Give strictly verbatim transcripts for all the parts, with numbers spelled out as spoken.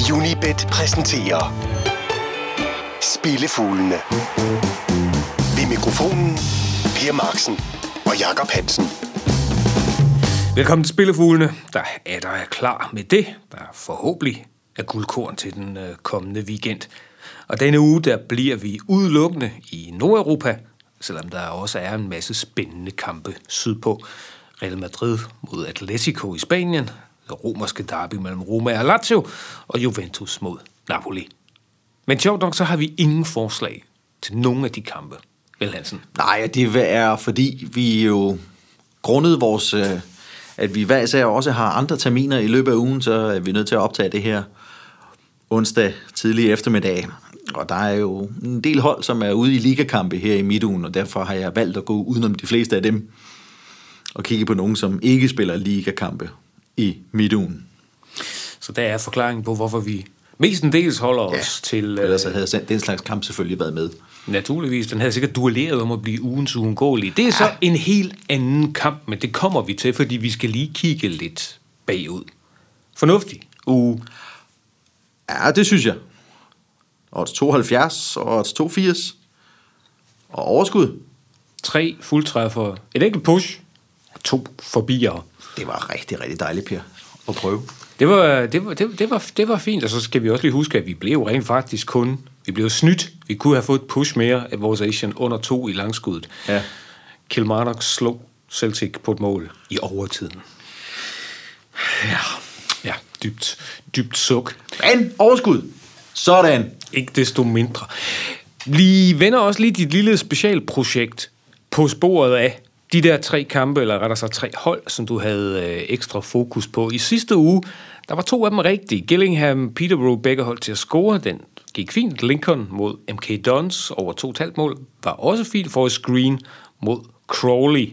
Unibet præsenterer Spillefuglene. Ved mikrofonen Per Marksen og Jakob Hansen. Velkommen til Spillefuglene. Der er der er klar med det. Der forhåbentlig er guldkorn til den øh, kommende weekend. Og denne uge, der bliver vi udelukkende i Nordeuropa, selvom der også er en masse spændende kampe sydpå. Real Madrid mod Atletico i Spanien, det romerske derby mellem Roma og Lazio, og Juventus mod Napoli. Men sjovt nok, så har vi ingen forslag til nogen af de kampe. Vel, Hansen? Nej, det er fordi vi jo grundet vores, at vi hver især også har andre terminer i løbet af ugen, så er vi nødt til at optage det her onsdag tidlig eftermiddag. Og der er jo en del hold, som er ude i ligakampe her i midtugen, og derfor har jeg valgt at gå udenom de fleste af dem og kigge på nogen, som ikke spiller ligakampe i midtugen. Så der er forklaringen på, hvorfor vi mestendels holder os ja, til... Ellers havde den slags kamp selvfølgelig været med. Naturligvis. Den havde sikkert duelleret om at blive ugens uundgåelige. Det er så en helt anden kamp, men det kommer vi til, fordi vi skal lige kigge lidt bagud. Fornuftig uge. Ja, det synes jeg. Odds tooghalvfjerds og odds toogfirs. Og overskud. Tre fuldtræffere. Et enkelt push. To forbier. Det var rigtig, rigtig dejligt, Per, at prøve. Det var, det, var, det, det, var, det var fint, og så skal vi også lige huske, at vi blev rent faktisk kun, vi blev snydt. Vi kunne have fået et push mere af vores Asian under to i langskuddet. Ja. Kilmarnock slog Celtic på et mål i overtiden. Ja. Ja, dybt, dybt suk. Men overskud. Sådan. Ikke desto mindre. Vi vender også lige dit lille specialprojekt på sporet af de der tre kampe, eller rettere sagt tre hold, som du havde øh, ekstra fokus på. I sidste uge, der var to af dem rigtige. Gillingham, Peterborough, begge hold til at score. Den gik fint. Lincoln mod M K Dons over to komma fem mål var også fint. Forest Green mod Crawley.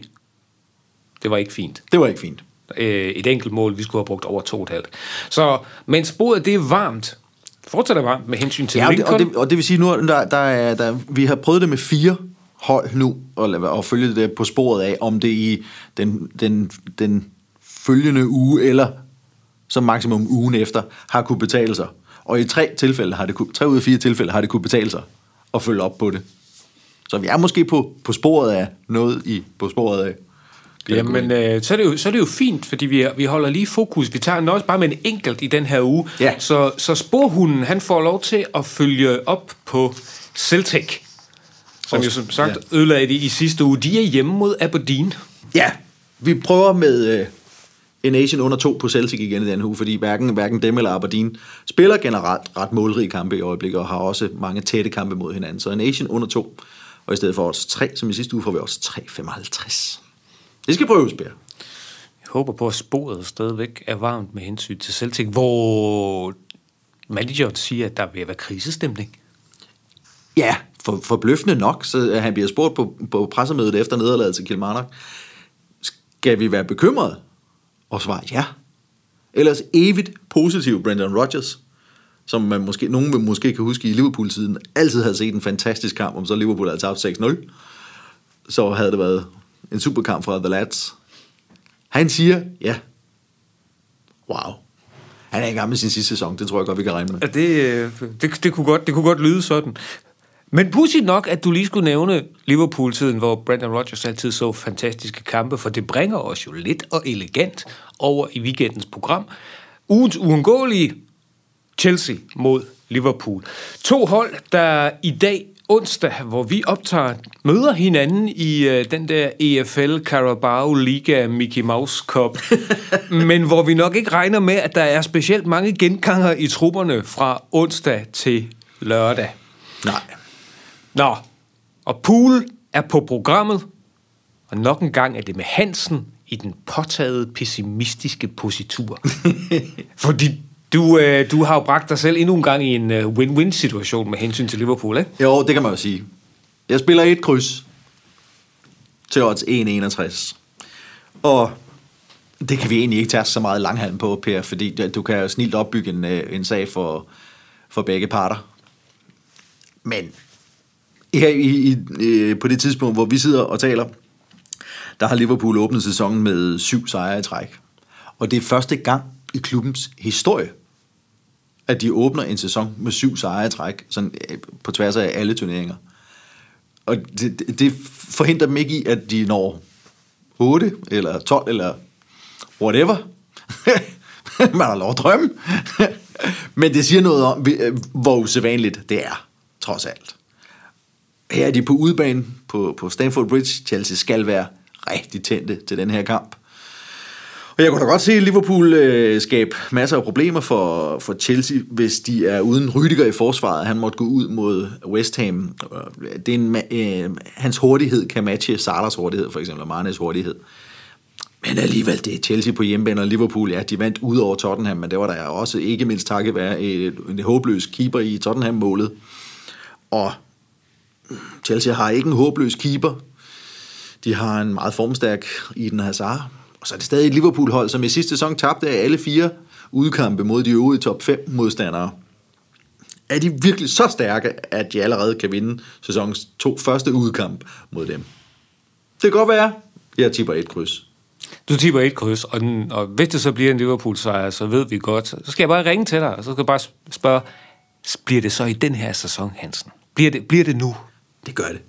Det var ikke fint. Det var ikke fint. Øh, et enkelt mål, vi skulle have brugt over to komma fem. Så, men sporet, det er varmt. Fortsætter varmt med hensyn til ja, Lincoln. Og det, og det vil sige, nu der, der er, der, vi har prøvet det med fire hold nu, og, og følge det på sporet af, om det i den, den, den følgende uge, eller som maksimum ugen efter, har kunne betale sig. Og i tre tilfælde har det kunne, tre ud af fire tilfælde har det kunne betale sig at følge op på det. Så vi er måske på, på sporet af noget i på sporet af. Jamen, øh, så, er det jo, så er det jo fint, fordi vi, vi holder lige fokus. Vi tager også bare med en enkelt i den her uge. Ja. Så, så sporhunden, han får lov til at følge op på Celtic, som jo som sagt ja. ødelagde det i sidste uge. De er hjemme mod Aberdeen. Ja, vi prøver med øh, en Asian under to på Celtic igen i den uge, fordi hverken, hverken dem eller Aberdeen spiller generelt ret målrige kampe i øjeblikket, og har også mange tætte kampe mod hinanden. Så en Asian under to, og i stedet for os tre, som i sidste uge, får vi også tre komma femoghalvtreds. Det skal prøves, Per. Jeg håber på, at sporet stadigvæk er varmt med hensyn til Celtic, hvor manageren siger, at der vil være krisestemning. Ja, for, forbløffende nok, så han bliver spurgt på, på pressemødet efter nederlaget til Kilmarnock. Skal vi være bekymrede? Og svar ja. Ellers evigt positiv Brendan Rodgers, som man måske, nogen måske kan huske i Liverpool-tiden, altid havde set en fantastisk kamp, om så Liverpool havde tabt seks nul. Så havde det været en superkamp fra The Lads. Han siger ja. Wow. Han er i gang med sin sidste sæson, det tror jeg godt, vi kan regne med. Ja, det, det, det, kunne godt, det kunne godt lyde sådan. Men pudsigt nok, at du lige skulle nævne Liverpool-tiden, hvor Brendan Rodgers altid så fantastiske kampe, for det bringer os jo lidt og elegant over i weekendens program. Ugens uundgåelige Chelsea mod Liverpool. To hold, der i dag onsdag, hvor vi optager, møder hinanden i uh, den der E F L Carabao Liga Mickey Mouse Cup, men hvor vi nok ikke regner med, at der er specielt mange genganger i trupperne fra onsdag til lørdag. Nej. Nå, og Pool er på programmet, og nok en gang er det med Hansen i den påtagede pessimistiske positur. Fordi du, øh, du har jo bragt dig selv endnu en gang i en øh, win-win-situation med hensyn til Liverpool, ikke? Jo, det kan man jo sige. Jeg spiller et kryds til odds en komma enogtres. Og det kan vi egentlig ikke tage så meget langhalm på, Per, fordi du kan jo snilt opbygge en, en sag for, for begge parter. Men her i, i, på det tidspunkt, hvor vi sidder og taler, der har Liverpool åbnet sæsonen med syv sejre i træk. Og det er første gang i klubbens historie, at de åbner en sæson med syv sejre i træk, sådan på tværs af alle turneringer. Og det, det forhindrer dem ikke i, at de når otte, eller tolv, eller whatever. Man har lov at drømme. Men det siger noget om, hvor usædvanligt det er, trods alt. Her er de på udebane på, på Stamford Bridge. Chelsea skal være rigtig tændte til den her kamp. Og jeg kunne da godt se, at Liverpool øh, skabe masser af problemer for, for Chelsea, hvis de er uden Rüdiger i forsvaret. Han måtte gå ud mod West Ham. Det er en, øh, hans hurtighed kan matche Salas hurtighed, for eksempel, og Manes hurtighed. Men alligevel, det er Chelsea på hjemmebane, og Liverpool, ja, de vandt ud over Tottenham, men det var der også ikke mindst takket være en håbløs keeper i Tottenham-målet. Og Chelsea har ikke en håbløs keeper. De har en meget formstærk Eden Hazard. Og så er det stadig et Liverpool-hold, som i sidste sæson tabte af alle fire udkampe mod de øvrige top fem modstandere. Er de virkelig så stærke, at de allerede kan vinde sæsonens to første udkamp mod dem? Det kan godt være. Jeg tipper et kryds. Du tipper et kryds, og, den, og hvis det så bliver en Liverpool-sejr, så ved vi godt. Så skal jeg bare ringe til dig, og så skal jeg bare spørge, bliver det så i den her sæson, Hansen? Bliver det, bliver det nu? Det gør det.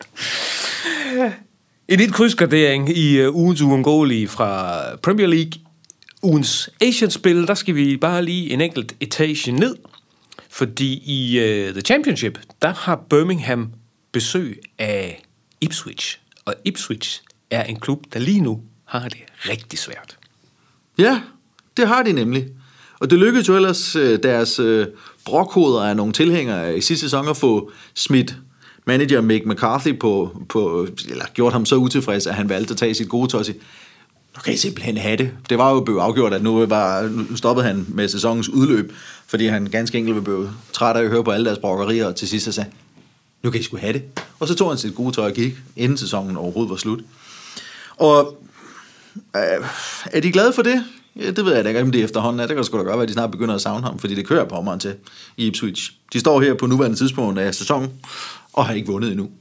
En lille krydsgradering i uh, ugens uundgåelige fra Premier League. Ugens Asian-spil, der skal vi bare lige en enkelt etage ned. Fordi i uh, The Championship, der har Birmingham besøg af Ipswich. Og Ipswich er en klub, der lige nu har det rigtig svært. Ja, det har de nemlig. Og det lykkedes jo ellers deres øh, brokhoder af nogle tilhængere i sidste sæson at få smidt manager Mick McCarthy på, på, eller gjort ham så utilfreds, at han valgte at tage sit gode tossi. Nu kan I simpelthen have det. Det var jo blevet afgjort, at nu, var, nu stoppede han med sæsonens udløb, fordi han ganske enkelt blev træt af at høre på alle deres brokkerier, og til sidst så sagde, nu kan I sgu have det. Og så tog han sit gode tøj og gik, inden sæsonen overhovedet var slut. Og øh, er de glade for det? Ja, det ved jeg da ikke, om det efterhånden er. Det kan sgu da godt være, at de snart begynder at savne ham, fordi det kører på området til i Ipswich. De står her på nuværende tidspunkt af sæsonen, og har ikke vundet endnu.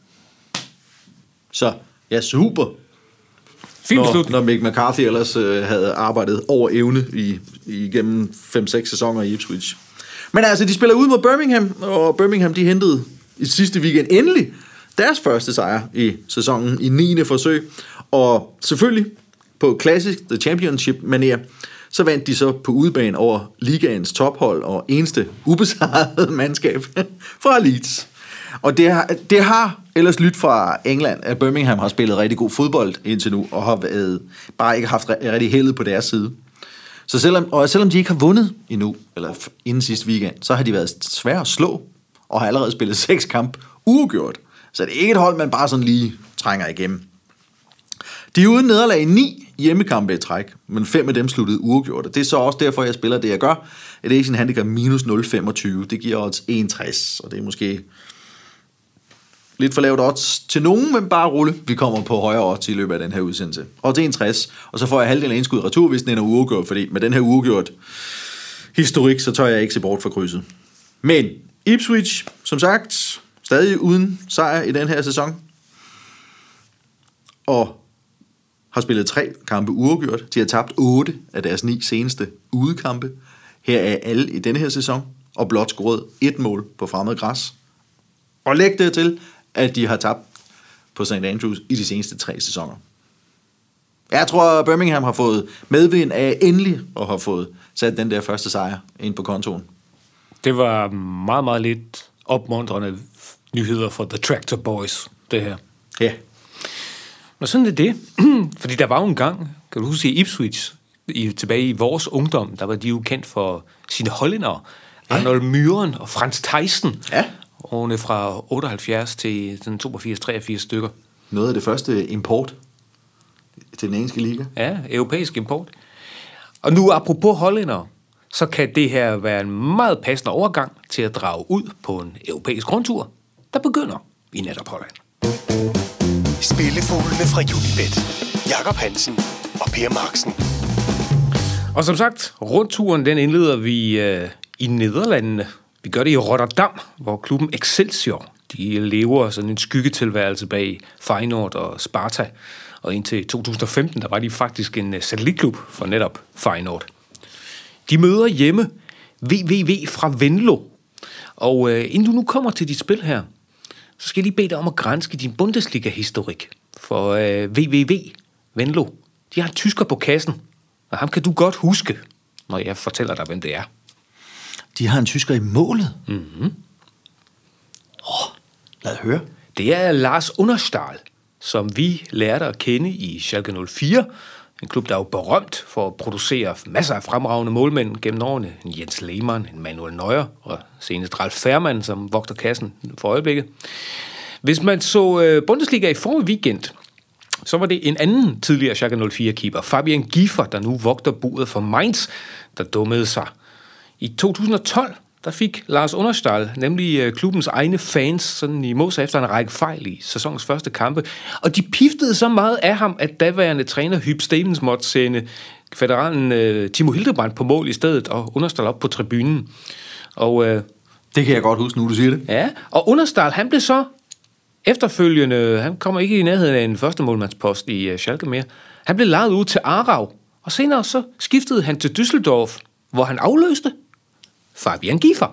Så, ja, super. Fint når, når Mick McCarthy ellers øh, havde arbejdet over evne i, igennem fem seks sæsoner i Ipswich. Men altså, de spiller ud mod Birmingham, og Birmingham, de hentede i sidste weekend endelig deres første sejr i sæsonen i niende forsøg. Og selvfølgelig på Classic The Championship-manér, så vandt de så på udebane over ligaens tophold og eneste ubesejrede mandskab fra Leeds. Og det har, det har ellers lyttet fra England, at Birmingham har spillet rigtig god fodbold indtil nu, og har været, bare ikke haft rigtig heldet på deres side. Så selvom, og selvom de ikke har vundet endnu, eller inden sidste weekend, så har de været svære at slå, og har allerede spillet seks kamp uafgjort. Så det er ikke et hold, man bare sådan lige trænger igennem. De er uden nederlag i ni hjemmekampe i træk, men fem af dem sluttede uafgjort. Det er så også derfor, jeg spiller det, jeg gør. Et Asian Handicap minus nul komma femogtyve. Det giver odds en komma tres, og det er måske lidt for lavt odds til nogen, men bare rulle. Vi kommer på højere odds i løbet af den her udsendelse. Odds en komma tres, og så får jeg halvdelen af indskud retur, hvis den er uafgjort, fordi med den her uafgjort historik, så tør jeg ikke se bort fra krydset. Men Ipswich, som sagt, stadig uden sejr i den her sæson, og har spillet tre kampe uafgjort. De har tabt otte af deres ni seneste udekampe. Her er alle i denne her sæson, og blot scoret et mål på fremmed græs. Og læg det til, at de har tabt på Saint Andrews i de seneste tre sæsoner. Jeg tror, at Birmingham har fået medvind af endelig, og har fået sat den der første sejr ind på kontoen. Det var meget, meget lidt opmuntrende nyheder for The Tractor Boys, det her. Ja. Men sådan er det. Fordi der var jo en gang, kan du huske, i Ipswich, i, tilbage i vores ungdom, der var de jo kendt for sine hollændere. Ja. Arnold Myhren og Frans Thijssen. Ja. Årene fra otteoghalvfjerds til toogfirs treogfirs stykker. Noget af det første import til den engelske liga. Ja, europæisk import. Og nu apropos hollændere, så kan det her være en meget passende overgang til at drage ud på en europæisk rundtur, der begynder i netop Holland. Spillefuglene fra Unibet. Jakob Hansen og Per Marksen. Og som sagt, rundturen den indleder vi øh, i Nederlandene. Vi gør det i Rotterdam, hvor klubben Excelsior, de lever sådan en skyggetilværelse bag Feyenoord og Sparta. Og indtil to tusind og femten, der var de faktisk en satellitklub for netop Feyenoord. De møder hjemme V V V fra Venlo. Og øh, inden du nu kommer til dit spil her, så skal jeg lige bede dig om at granske din Bundesliga-historik. For øh, V V V, Venlo, de har en tysker på kassen, og ham kan du godt huske, når jeg fortæller dig, hvem det er. De har en tysker i målet? Mhm. Åh, oh, lad høre. Det er Lars Understahl, som vi lærte at kende i Schalke nul fire. En klub, der er jo berømt for at producere masser af fremragende målmænd gennem årene. En Jens Lehmann, en Manuel Neuer og senest Ralf Fährmann, som vogter kassen for øjeblikket. Hvis man så Bundesliga i forrige weekend, så var det en anden tidligere Schalke nul fire-keeper, Fabian Giefer, der nu vogter buret for Mainz, der dummede sig. I to tusind og tolv der fik Lars Understahl nemlig klubbens egne fans sådan imod sig efter en række fejl i sæsonens første kampe. Og de piftede så meget af ham, at daværende træner Hyb Stevens måtte sende føderalen uh, Timo Hildebrand på mål i stedet og Understahl op på tribunen. Og, uh, det kan jeg godt huske, nu du siger det. Ja, og Understahl, han blev så efterfølgende, han kommer ikke i nærheden af en første målmandspost i uh, Schalke mere. Han blev lejet ud til Aarau, og senere så skiftede han til Düsseldorf, hvor han afløste Fabian Giefer.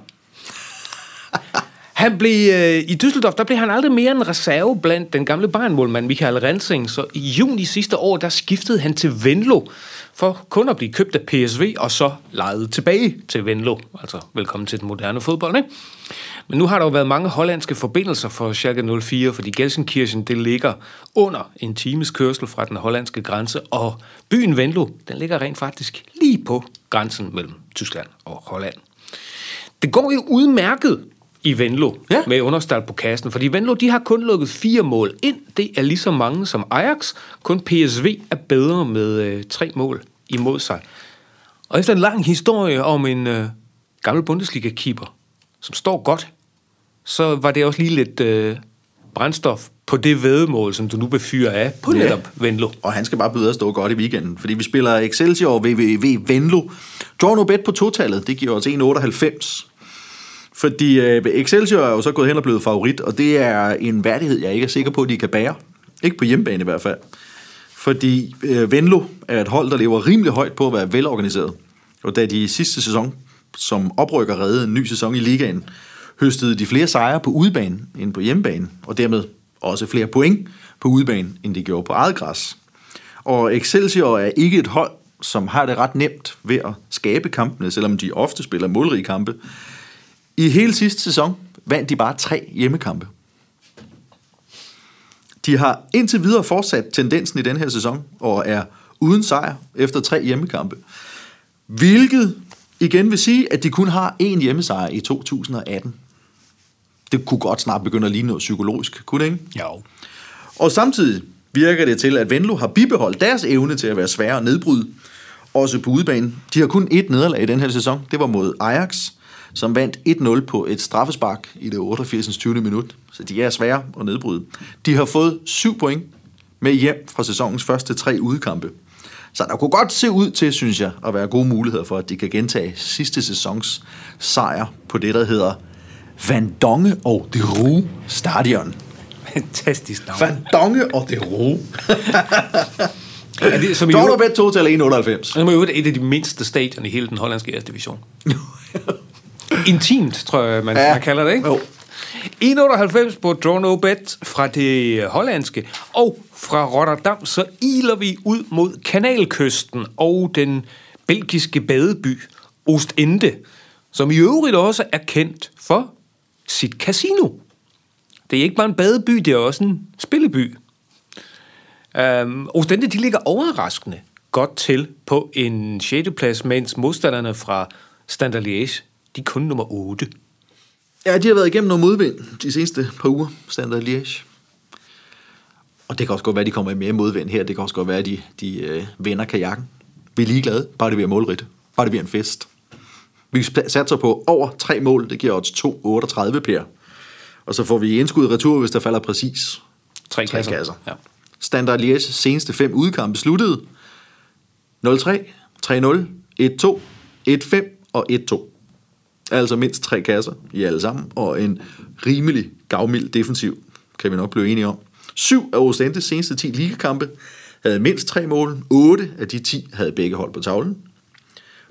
Han blev, øh, I Düsseldorf, der blev han aldrig mere en reserve blandt den gamle Bayern-målmand Michael Rensing, så i juni sidste år, der skiftede han til Venlo, for kun at blive købt af P S V, og så lejet tilbage til Venlo. Altså, velkommen til den moderne fodbold, ikke? Men nu har der jo været mange hollandske forbindelser for Schalke nul fire, fordi Gelsenkirchen, det ligger under en times kørsel fra den hollandske grænse, og byen Venlo, den ligger rent faktisk lige på grænsen mellem Tyskland og Holland. Det går jo udmærket i Venlo, ja, med Understahl på kassen, fordi Venlo, de har kun lukket fire mål ind. Det er lige så mange som Ajax. Kun P S V er bedre med øh, tre mål imod sig. Og efter en lang historie om en øh, gammel Bundesliga-keeper, som står godt, så var det også lige lidt øh, brændstof på det væddemål, som du nu befyrer af på ja, netop Venlo. Og han skal bare byde at stå godt i weekenden, fordi vi spiller Excelsior V V V Venlo. Draw no bet på totallet, det giver os en komma otteoghalvfems. Fordi øh, Excelsior er jo så gået hen og blevet favorit, og det er en værdighed, jeg ikke er sikker på, at de kan bære. Ikke på hjemmebane i hvert fald. Fordi øh, Venlo er et hold, der lever rimelig højt på at være velorganiseret. Og da de i sidste sæson, som oprykker redde en ny sæson i ligaen, høstede de flere sejre på udebane end på hjemmebane, og dermed også flere point på udebane, end de gjorde på eget græs. Og Excelsior er ikke et hold, som har det ret nemt ved at skabe kampene, selvom de ofte spiller målrige kampe. I hele sidste sæson vandt de bare tre hjemmekampe. De har indtil videre fortsat tendensen i den her sæson, og er uden sejr efter tre hjemmekampe. Hvilket igen vil sige, at de kun har én hjemmesejr i to tusind og atten. Det kunne godt snart begynde at ligne noget psykologisk, kunne det ikke? Jo. Og samtidig virker det til, at Venlo har bibeholdt deres evne til at være svære at nedbryde, også på udebanen. De har kun ét nederlag i den her sæson. Det var mod Ajax, som vandt et nul på et straffespark i det otteogfirs tyvende minut. Så de er svære at nedbryde. De har fået syv point med hjem fra sæsonens første tre udekampe. Så der kunne godt se ud til, synes jeg, at være gode muligheder for, at de kan gentage sidste sæsons sejr på det, der hedder Van Donge og de Roo Stadion. Fantastisk navn. Van Donge og de Roo. Ja, det, som Draw no bet total en komma otteoghalvfems. Det er jo et af de mindste stadion i hele den hollandske æres division. Intimt, tror jeg, man, ja, man kalder det, ikke? Jo. en komma otteoghalvfems på Draw no bet fra det hollandske, og fra Rotterdam, så iler vi ud mod Kanalkysten og den belgiske badeby Oostende, som i øvrigt også er kendt for sit casino. Det er ikke bare en badeby, det er også en spilleby. Um, Oostende, de ligger overraskende godt til på en sjette plads, mens modstanderne fra Standard Liège, de er kun nummer otte. Ja, de har været igennem noget modvind de seneste par uger, Standard Liège. Og det kan også godt være, at de kommer med modvind her. Det kan også godt være, at de, de øh, vender kajakken. Vi er ligeglade, bare det bliver målrigt. Bare det bliver en fest. Vi satser på over tre mål. Det giver os to komma otteogtredive per. Og så får vi indskud retur, hvis der falder præcis Tre kasser. Tre kasser. Ja. Standard Liège seneste fem udkampe sluttede nul tre, tre nul, et to, et fem og et to. Altså mindst tre kasser i alle sammen, og en rimelig gavmild defensiv, kan vi nok blive enige om. Syv af Oostendes seneste ti ligakampe havde mindst tre mål. Otte af de ti havde begge hold på tavlen.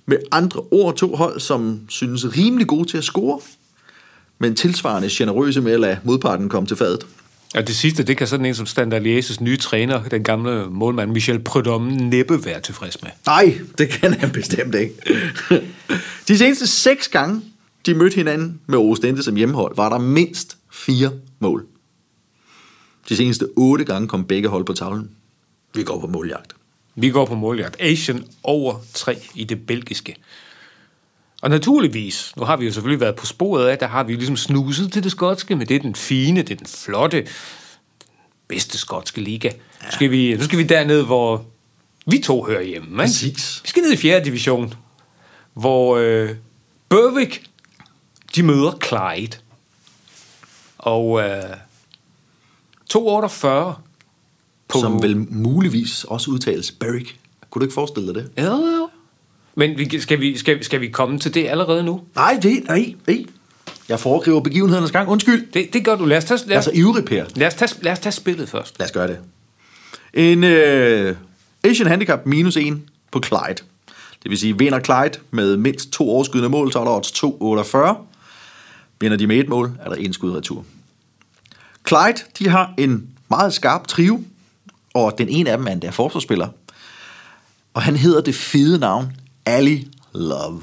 Med andre ord to hold, som synes rimelig gode til at score, men tilsvarende generøse med at lade modparten komme til fadet. Ja, det sidste, det kan sådan en som Standard Lièges nye træner, den gamle målmand Michel Prudhomme, næppe være tilfreds med. Nej, det kan han bestemt ikke. De seneste seks gange, de mødte hinanden med Ostende som hjemmehold, var der mindst fire mål. De seneste otte gange kom begge hold på tavlen. Vi går på måljagt. Vi går på måljagt. Asian over tre i det belgiske. Og naturligvis, nu har vi jo selvfølgelig været på sporet af, der har vi jo ligesom snuset til det skotske, men det er den fine, det er den flotte, den bedste skotske liga. Ja. Nu, skal vi, nu skal vi derned, hvor vi to hører hjemme. Præcis. Vi skal ned i fjerde division, hvor øh, Berwick, de møder Clyde. Og øh, to otteogfyrre på... Som vel muligvis også udtales Berwick. Kunne du ikke forestille dig det? Ja, ja. Men vi, skal, vi, skal, skal vi komme til det allerede nu? Nej, det nej, nej. Jeg foregriber begivenhedernes gang. Undskyld. Det, det gør du. Lad os tage, lad os, altså ivrig, Per. Lad os, tage, lad os tage spillet først. Lad os gøre det. En øh, Asian Handicap minus en på Clyde. Det vil sige, vinder Clyde med mindst to overskydende mål, så er der odds to otteogfyrre. Vinder de med et mål, er der en skud retur. Clyde, de har en meget skarp trio, og den ene af dem er en der forsvarsspiller. Og han hedder det fede navn Ali Love.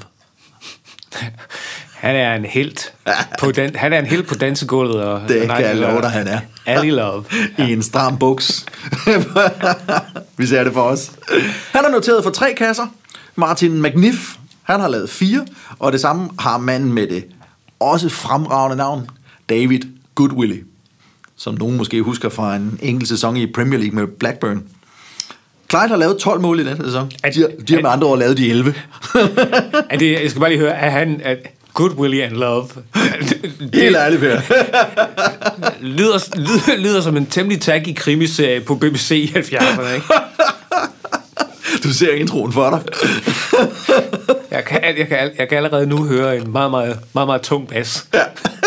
Han er en helt på dan- han er en helt på dansegulvet, og det kan jeg love dig, han er. Ali Love. I en stram buks. Vi ser det for os. Han er noteret for tre kasser. Martin McNiff, han har lavet fire, og det samme har manden med det også fremragende navn, David Goodwillie, som nogen måske husker fra en enkelt sæson i Premier League med Blackburn. Clyde har lavet tolv mål i den sæson. De har, de har med andre ord lavet de elleve. Er det, jeg skal bare lige høre, er han er Goodwillie and Love? Helt ærligt, Per. lyder, lyder, lyder som en temmelig tacky krimiserie på B B C i halvfjerdserne, ikke? Du ser introen for dig. jeg, kan, jeg, kan, jeg kan allerede nu høre en meget, meget, meget, meget tung bas. Ja.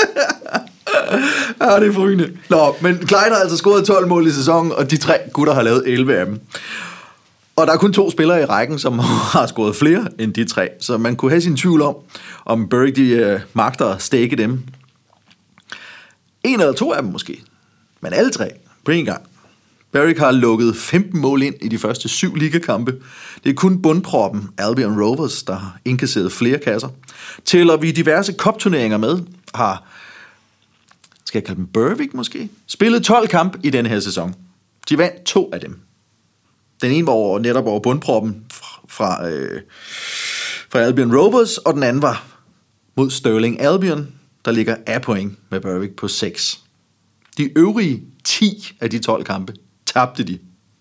Ja, det er frygende. Nå, men Clyde har altså scoret tolv mål i sæsonen, og de tre gutter har lavet elleve af dem. Og der er kun to spillere i rækken, som har scoret flere end de tre, så man kunne have sin tvivl om, om Berwick de uh, magter at stække dem. En eller to af dem måske, men alle tre på en gang. Berwick har lukket femten mål ind i de første syv ligakampe. Det er kun bundproppen Albion Rovers, der har indkasseret flere kasser. Tæller vi diverse cupturneringer med, har, skal jeg kalde dem Berwick måske, spillet tolv kampe i denne her sæson. De vandt to af dem. Den ene var over, netop over bundproppen fra, øh, fra Albion Rovers, og den anden var mod Stirling Albion, der ligger af point med Berwick på seks. De øvrige ti af de tolv kampe tabte de.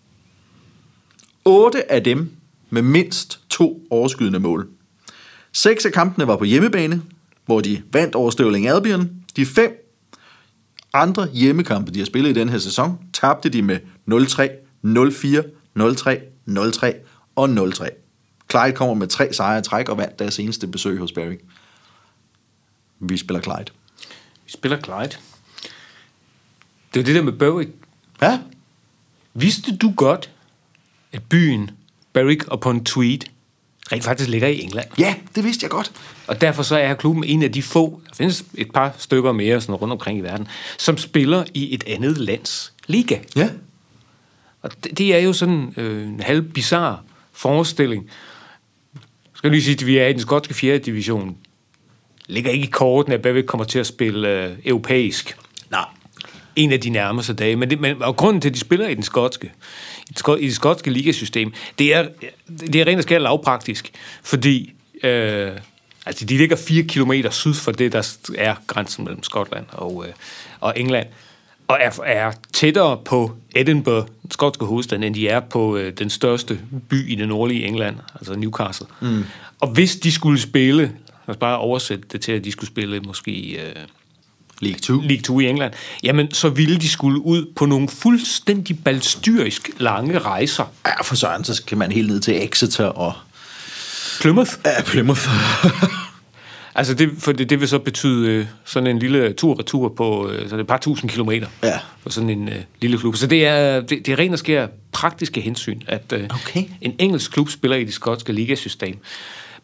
otte af dem med mindst to overskydende mål. seks af kampene var på hjemmebane, hvor de vandt over Stirling Albion. De fem andre hjemmekampe, de har spillet i den her sæson, tabte de med nul tre, nul fire, nul tre, nul tre og nul tre. Clyde kommer med tre sejre i træk og vandt deres eneste besøg hos Berwick. Vi spiller Clyde. Vi spiller Clyde. Det er det der med Berwick. Ja? Vidste du godt, at byen Berwick upon Tweed rent faktisk ligger i England? Ja, det vidste jeg godt. Og derfor så er klubben en af de få, der findes et par stykker mere sådan rundt omkring i verden, som spiller i et andet lands liga. Ja. Og det, det er jo sådan øh, en halv bizarre forestilling. Skal jeg lige sige, at vi er i den skotske fjerde division. Ligger ikke i korten, at Berwick kommer til at spille øh, europæisk. Nej. En af de nærmeste dage. Men, det, men og grunden til, at de spiller i den skotske, i det, skot, i det skotske ligasystem, det er, det er rent og skært lavpraktisk, fordi øh, altså, de ligger fire kilometer syd for det, der er grænsen mellem Skotland og, øh, og England, og er, er tættere på Edinburgh, den skotske hovedstad, end de er på øh, den største by i det nordlige England, altså Newcastle. Mm. Og hvis de skulle spille, lad os bare oversætte det til, at de skulle spille måske Øh, League to. League to i England, jamen så ville de skulle ud på nogle fuldstændig balstyrisk lange rejser. Ja, for søren, så kan man helt ned til Exeter og Plymouth. Ja, Plymouth. altså det, for det, det vil så betyde øh, sådan en lille tur-retur på øh, så det er et par tusind kilometer ja. på sådan en øh, lille klub. Så det er, det, det er rent og skær praktiske hensyn, at øh, okay. en engelsk klub spiller i det skotske ligasystem.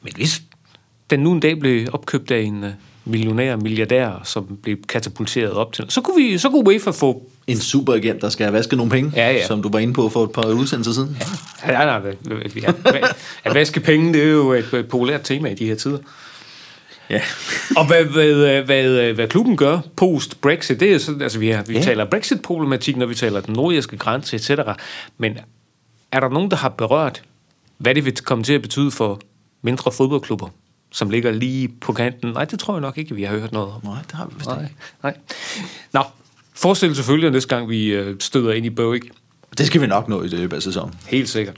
Men hvis den nu en dag blev opkøbt af en uh, millionær, milliardær, som blev katapulteret op til, så kunne, vi, så kunne UEFA få... En superagent, der skal have vasket nogle penge, ja, ja. som du var inde på for et par udsendelser siden. Ja, nej, nej, ja. At vaske penge, det er jo et, et populært tema i de her tider. Ja. Og hvad, hvad, hvad, hvad klubben gør post-Brexit, det er sådan, altså vi, har, vi ja. taler Brexit-problematik, når vi taler den nordirske grænse, et cetera. Men er der nogen, der har berørt, hvad det vil komme til at betyde for mindre fodboldklubber, som ligger lige på kanten? Nej, det tror jeg nok ikke, vi har hørt noget om. Nej, det har vi vist Nej. ikke. Nej. Nå, forestil selvfølgelig næste gang, vi støder ind i Berwick. Det skal vi nok nå i løbet af sæsonen. Helt sikkert.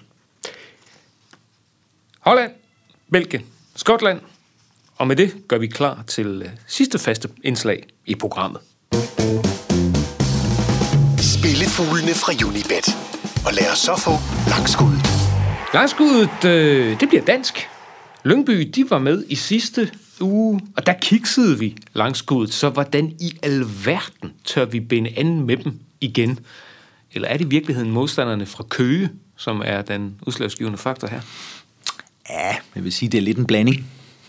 Holland, Belgien, Skotland. Og med det gør vi klar til uh, sidste faste indslag i programmet. Spillefuglene fra Unibet. Og lad os så få langskuddet. Langskuddet, øh, det bliver dansk. Lyngby, de var med i sidste uge, og der kiksede vi langskuddet. Så hvordan i alverden tør vi binde anden med dem igen? Eller er det i virkeligheden modstanderne fra Køge, som er den udslagsgivende faktor her? Ja, jeg vil sige, det er lidt en blanding.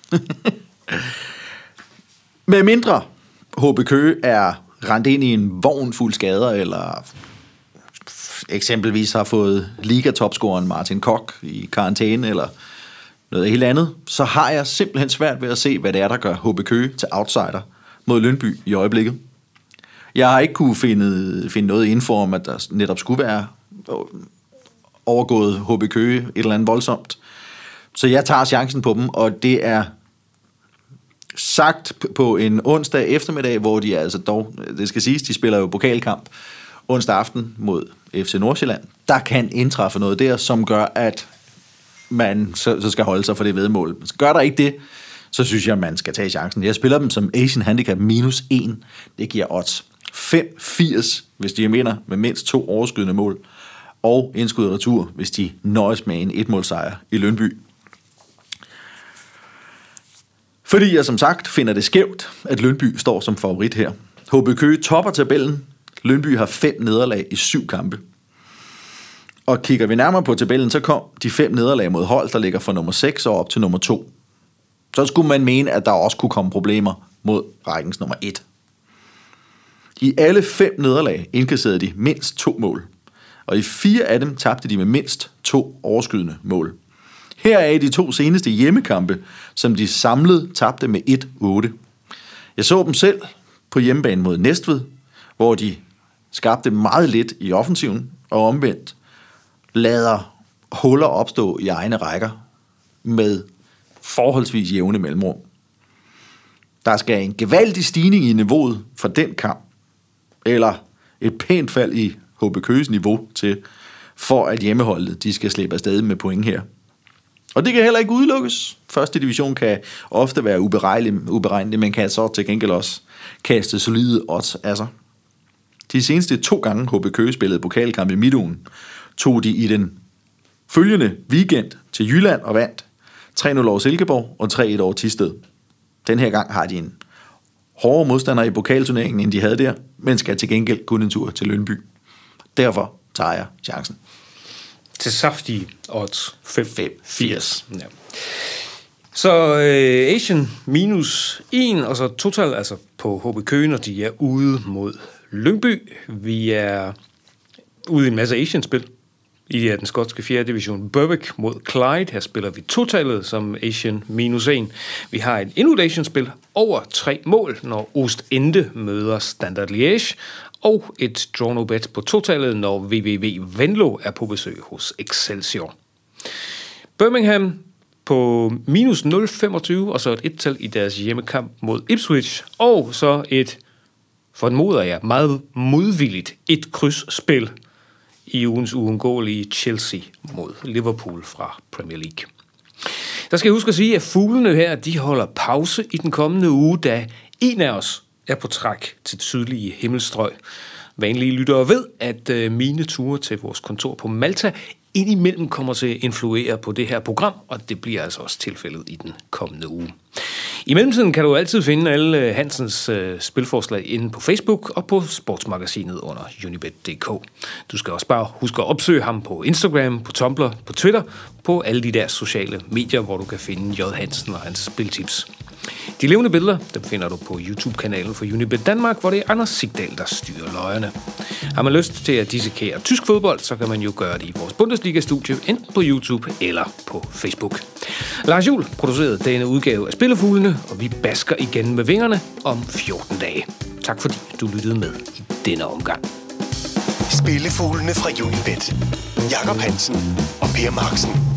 Med mindre H B Køge er rendt ind i en vogn fuld skader, eller eksempelvis har fået ligatopscoren Martin Koch i karantæne, eller noget helt andet, så har jeg simpelthen svært ved at se, hvad det er, der gør H B Køge til outsider mod Lyngby i øjeblikket. Jeg har ikke kunne finde, finde noget info om, at der netop skulle være overgået H B Køge et eller andet voldsomt. Så jeg tager chancen på dem, og det er sagt på en onsdag eftermiddag, hvor de altså dog, det skal siges, de spiller jo pokalkamp onsdag aften mod F C Nordsjælland. Der kan indtræffe noget der, som gør, at man så, så skal holde sig for det vedmål. Gør der ikke det, så synes jeg, man skal tage chancen. Jeg spiller dem som Asian Handicap minus en. Det giver odds fem firs, hvis de er mener med mindst to overskydende mål, og indskud og retur, hvis de nøjes med en etmålsejr i Lyngby. Fordi jeg som sagt finder det skævt, at Lyngby står som favorit her. H B Køge topper tabellen. Lyngby har fem nederlag i syv kampe. Og kigger vi nærmere på tabellen, så kom de fem nederlag mod hold, der ligger fra nummer seks og op til nummer to. Så skulle man mene, at der også kunne komme problemer mod rækkens nummer et. I alle fem nederlag indkasserede de mindst to mål. Og i fire af dem tabte de med mindst to overskydende mål. Her er de to seneste hjemmekampe, som de samlet tabte med et otte. Jeg så dem selv på hjemmebane mod Næstved, hvor de skabte meget lidt i offensiven, og omvendt lader huller opstå i egne rækker med forholdsvis jævne mellemrum. Der skal en gevaldig stigning i niveauet for den kamp, eller et pænt fald i H B Køges niveau til, for at hjemmeholdet de skal slippe afsted med point her. Og det kan heller ikke udelukkes. Første division kan ofte være uberegnelig, uberegnelig, men kan så til gengæld også kaste solide odds af sig. De seneste to gange H B Køge spillede pokalkamp i midtugen, tog de i den følgende weekend til Jylland og vandt tre nul over Silkeborg og tre et over Thisted. Den her gang har de en hårdere modstander i pokalturneringen, end de havde der, men skal til gengæld kun en tur til Lyngby. Derfor tager jeg chancen. Til saftige odds fem firs. Ja. Så øh, Asian minus en, og så total, altså på H B Køge, når de er ude mod Lyngby. Vi er ude i en masse Asian-spil i den skotske fjerde division. Berwick mod Clyde. Her spiller vi totalet som Asian minus en. Vi har et endnu et Asian-spil over tre mål, når Ostende møder Standard Liège. Og et draw no bet på totalet, når V V V Venlo er på besøg hos Excelsior. Birmingham på minus nul komma femogtyve, og så et et-tal i deres hjemmekamp mod Ipswich. Og så et, formoder jeg, meget modvilligt et krydsspil i ugens uundgåelige Chelsea mod Liverpool fra Premier League. Der skal jeg huske at sige, at fuglene her, de holder pause i den kommende uge, da en af os er på træk til sydlige himmelstrøg. Vanlige lyttere ved, at øh, mine ture til vores kontor på Malta indimellem kommer til at influere på det her program, og det bliver altså også tilfældet i den kommende uge. I mellemtiden kan du altid finde alle Hansens øh, spilforslag inde på Facebook og på sportsmagasinet under unibet punktum d k. Du skal også bare huske at opsøge ham på Instagram, på Tumblr, på Twitter, på alle de der sociale medier, hvor du kan finde J. Hansen og hans spiltips. De levende billeder, dem finder du på YouTube-kanalen for Unibet Danmark, hvor det er Anders Sigdal, der styrer løjerne. Har man lyst til at dissekere tysk fodbold, så kan man jo gøre det i vores Bundesliga-studie, enten på YouTube eller på Facebook. Lars Juhl producerede denne udgave af Spillefuglene, og vi basker igen med vingerne om fjorten dage. Tak fordi du lyttede med i denne omgang. Spillefuglene fra Unibet. Jakob Hansen og Per Marksen.